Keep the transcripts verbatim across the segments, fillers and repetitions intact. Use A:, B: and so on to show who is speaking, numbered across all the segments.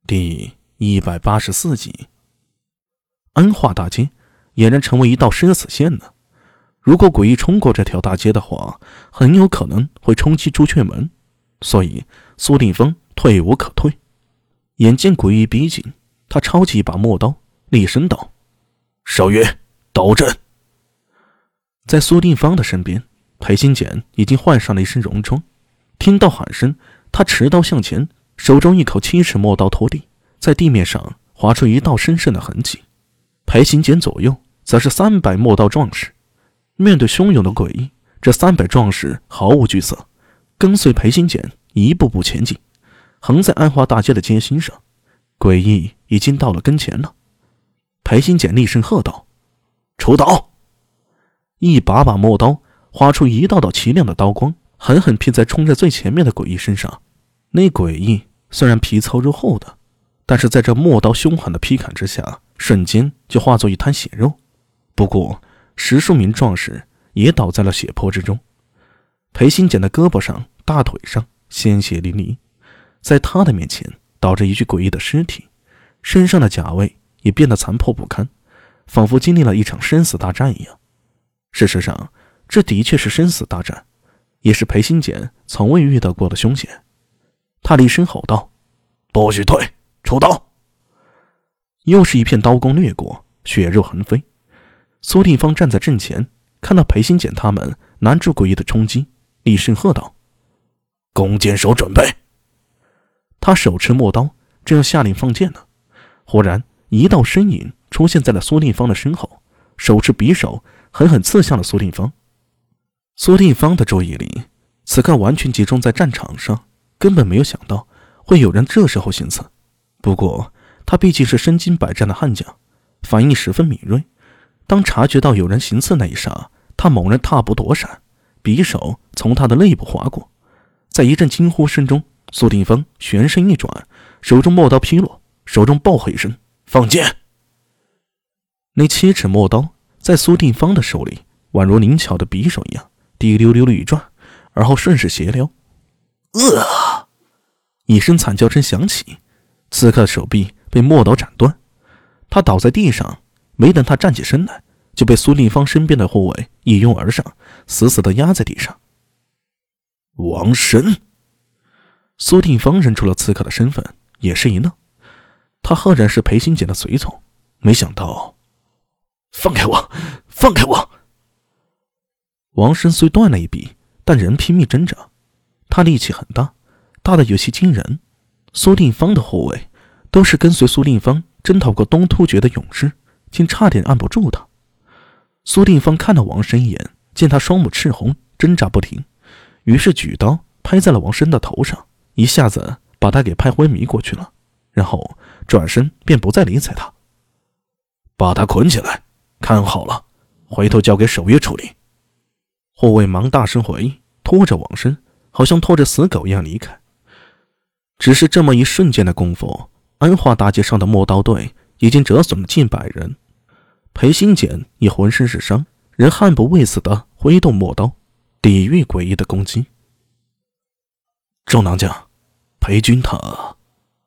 A: 第一百八十四集。安化大街俨然成为一道生死线呢。如果诡异冲过这条大街的话，很有可能会冲击朱雀门，所以苏定峰退无可退。眼见诡异逼近，他抄起一把陌刀，厉声道：“守约，斗阵！”在苏定方的身边，裴新简已经换上了一身戎装，听到喊声，他持刀向前，手中一口七尺陌刀拖地，在地面上划出一道深深的痕迹。裴行简左右则是三百陌刀壮士，面对汹涌的诡异，这三百壮士毫无惧色，跟随裴行简一步步前进。横在安华大街的街心上，诡异已经到了跟前了。裴行简厉声喝道：“出刀！”一把把陌刀划出一道道奇亮的刀光，狠狠劈在冲在最前面的诡异身上。那诡异虽然皮糙肉厚的，但是在这陌刀凶狠的劈砍之下，瞬间就化作一滩血肉。不过十数名壮士也倒在了血泊之中。裴新简的胳膊上、大腿上鲜血淋漓，在他的面前倒着一具诡异的尸体，身上的甲位也变得残破不堪，仿佛经历了一场生死大战一样。事实上，这的确是生死大战，也是裴新简从未遇到过的凶险。他厉声吼道：“不许退，出刀！”又是一片刀光掠过，血肉横飞。苏定方站在阵前，看到裴新简他们拦住诡异的冲击，厉声喝道：“弓箭手准备！”他手持陌刀，正要下令放箭呢，忽然一道身影出现在了苏定方的身后，手持匕首狠狠刺向了苏定方。苏定方的注意力此刻完全集中在战场上，根本没有想到会有人这时候行刺。不过他毕竟是身经百战的悍将，反应十分敏锐。当察觉到有人行刺那一刹，他猛然踏步躲闪，匕首从他的肋部划过。在一阵惊呼声中，苏定方旋身一转，手中陌刀劈落，手中暴喝一声：“放箭！”那七尺陌刀在苏定方的手里宛如灵巧的匕首一样，滴溜溜的一转，而后顺势斜撩。呃！一声惨叫声响起，刺客的手臂被陌刀斩断，他倒在地上，没等他站起身来，就被苏定方身边的护卫一拥而上，死死地压在地上。王神！苏定方认出了刺客的身份，也是一愣。他赫然是裴新简的随从，没想到……放开我！放开我！王神虽断了一臂，但仍拼命挣扎。他力气很大，大的有些惊人。苏定方的护卫都是跟随苏定方征讨过东突厥的勇士，竟差点按不住他。苏定方看了王神一眼，见他双目赤红，挣扎不停，于是举刀拍在了王神的头上，一下子把他给拍昏迷过去了，然后转身便不再理睬他。把他捆起来，看好了，回头交给守约处理。护卫忙大声回应，拖着王神，好像拖着死狗一样离开。只是这么一瞬间的功夫，安化大街上的陌刀队已经折损了近百人。裴新简也浑身是伤，仍悍不畏死地挥动陌刀，抵御诡异的攻击。众郎将，裴军他……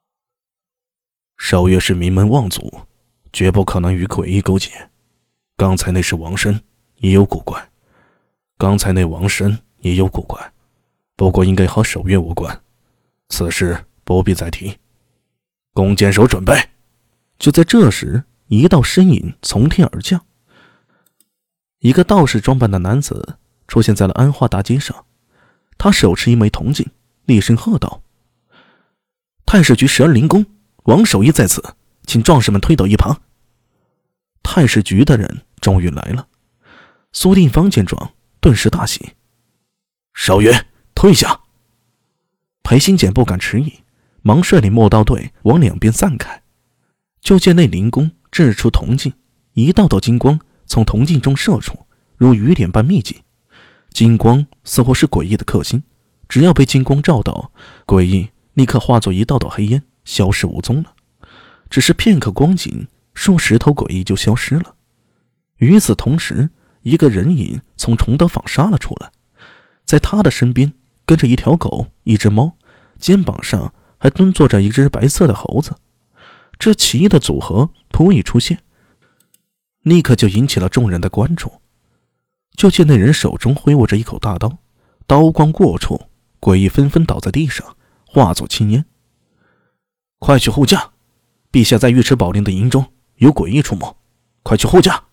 A: 守约是名门望族，绝不可能与诡异勾结。刚才那是王神，也有古怪；刚才那王神也有古怪，不过应该和守约无关。此事不必再提。弓箭手准备！就在这时，一道身影从天而降，一个道士装扮的男子出现在了安化大街上。他手持一枚铜镜，厉声喝道：“太史局十二灵公，王守义在此，请壮士们推到一旁。”太史局的人终于来了。苏定方见状，顿时大喜：“守约，退下！”裴新简不敢迟疑，忙率领陌刀队往两边散开。就见那灵公掷出铜镜，一道道金光从铜镜中射出，如雨点般密集。金光似乎是诡异的克星，只要被金光照到，诡异立刻化作一道道黑烟，消失无踪了。只是片刻光景，数十头诡异就消失了。与此同时，一个人影从崇德坊杀了出来，在他的身边跟着一条狗，一只猫，肩膀上还蹲坐着一只白色的猴子， 这奇异的组合扑一出现，立刻就引起了众人的关注。就见那人手中挥握着一口大刀，刀光过处，鬼异纷纷倒在地上，化作青烟。快去护驾！陛下在尉迟宝令的营中有诡异出没，快去护驾！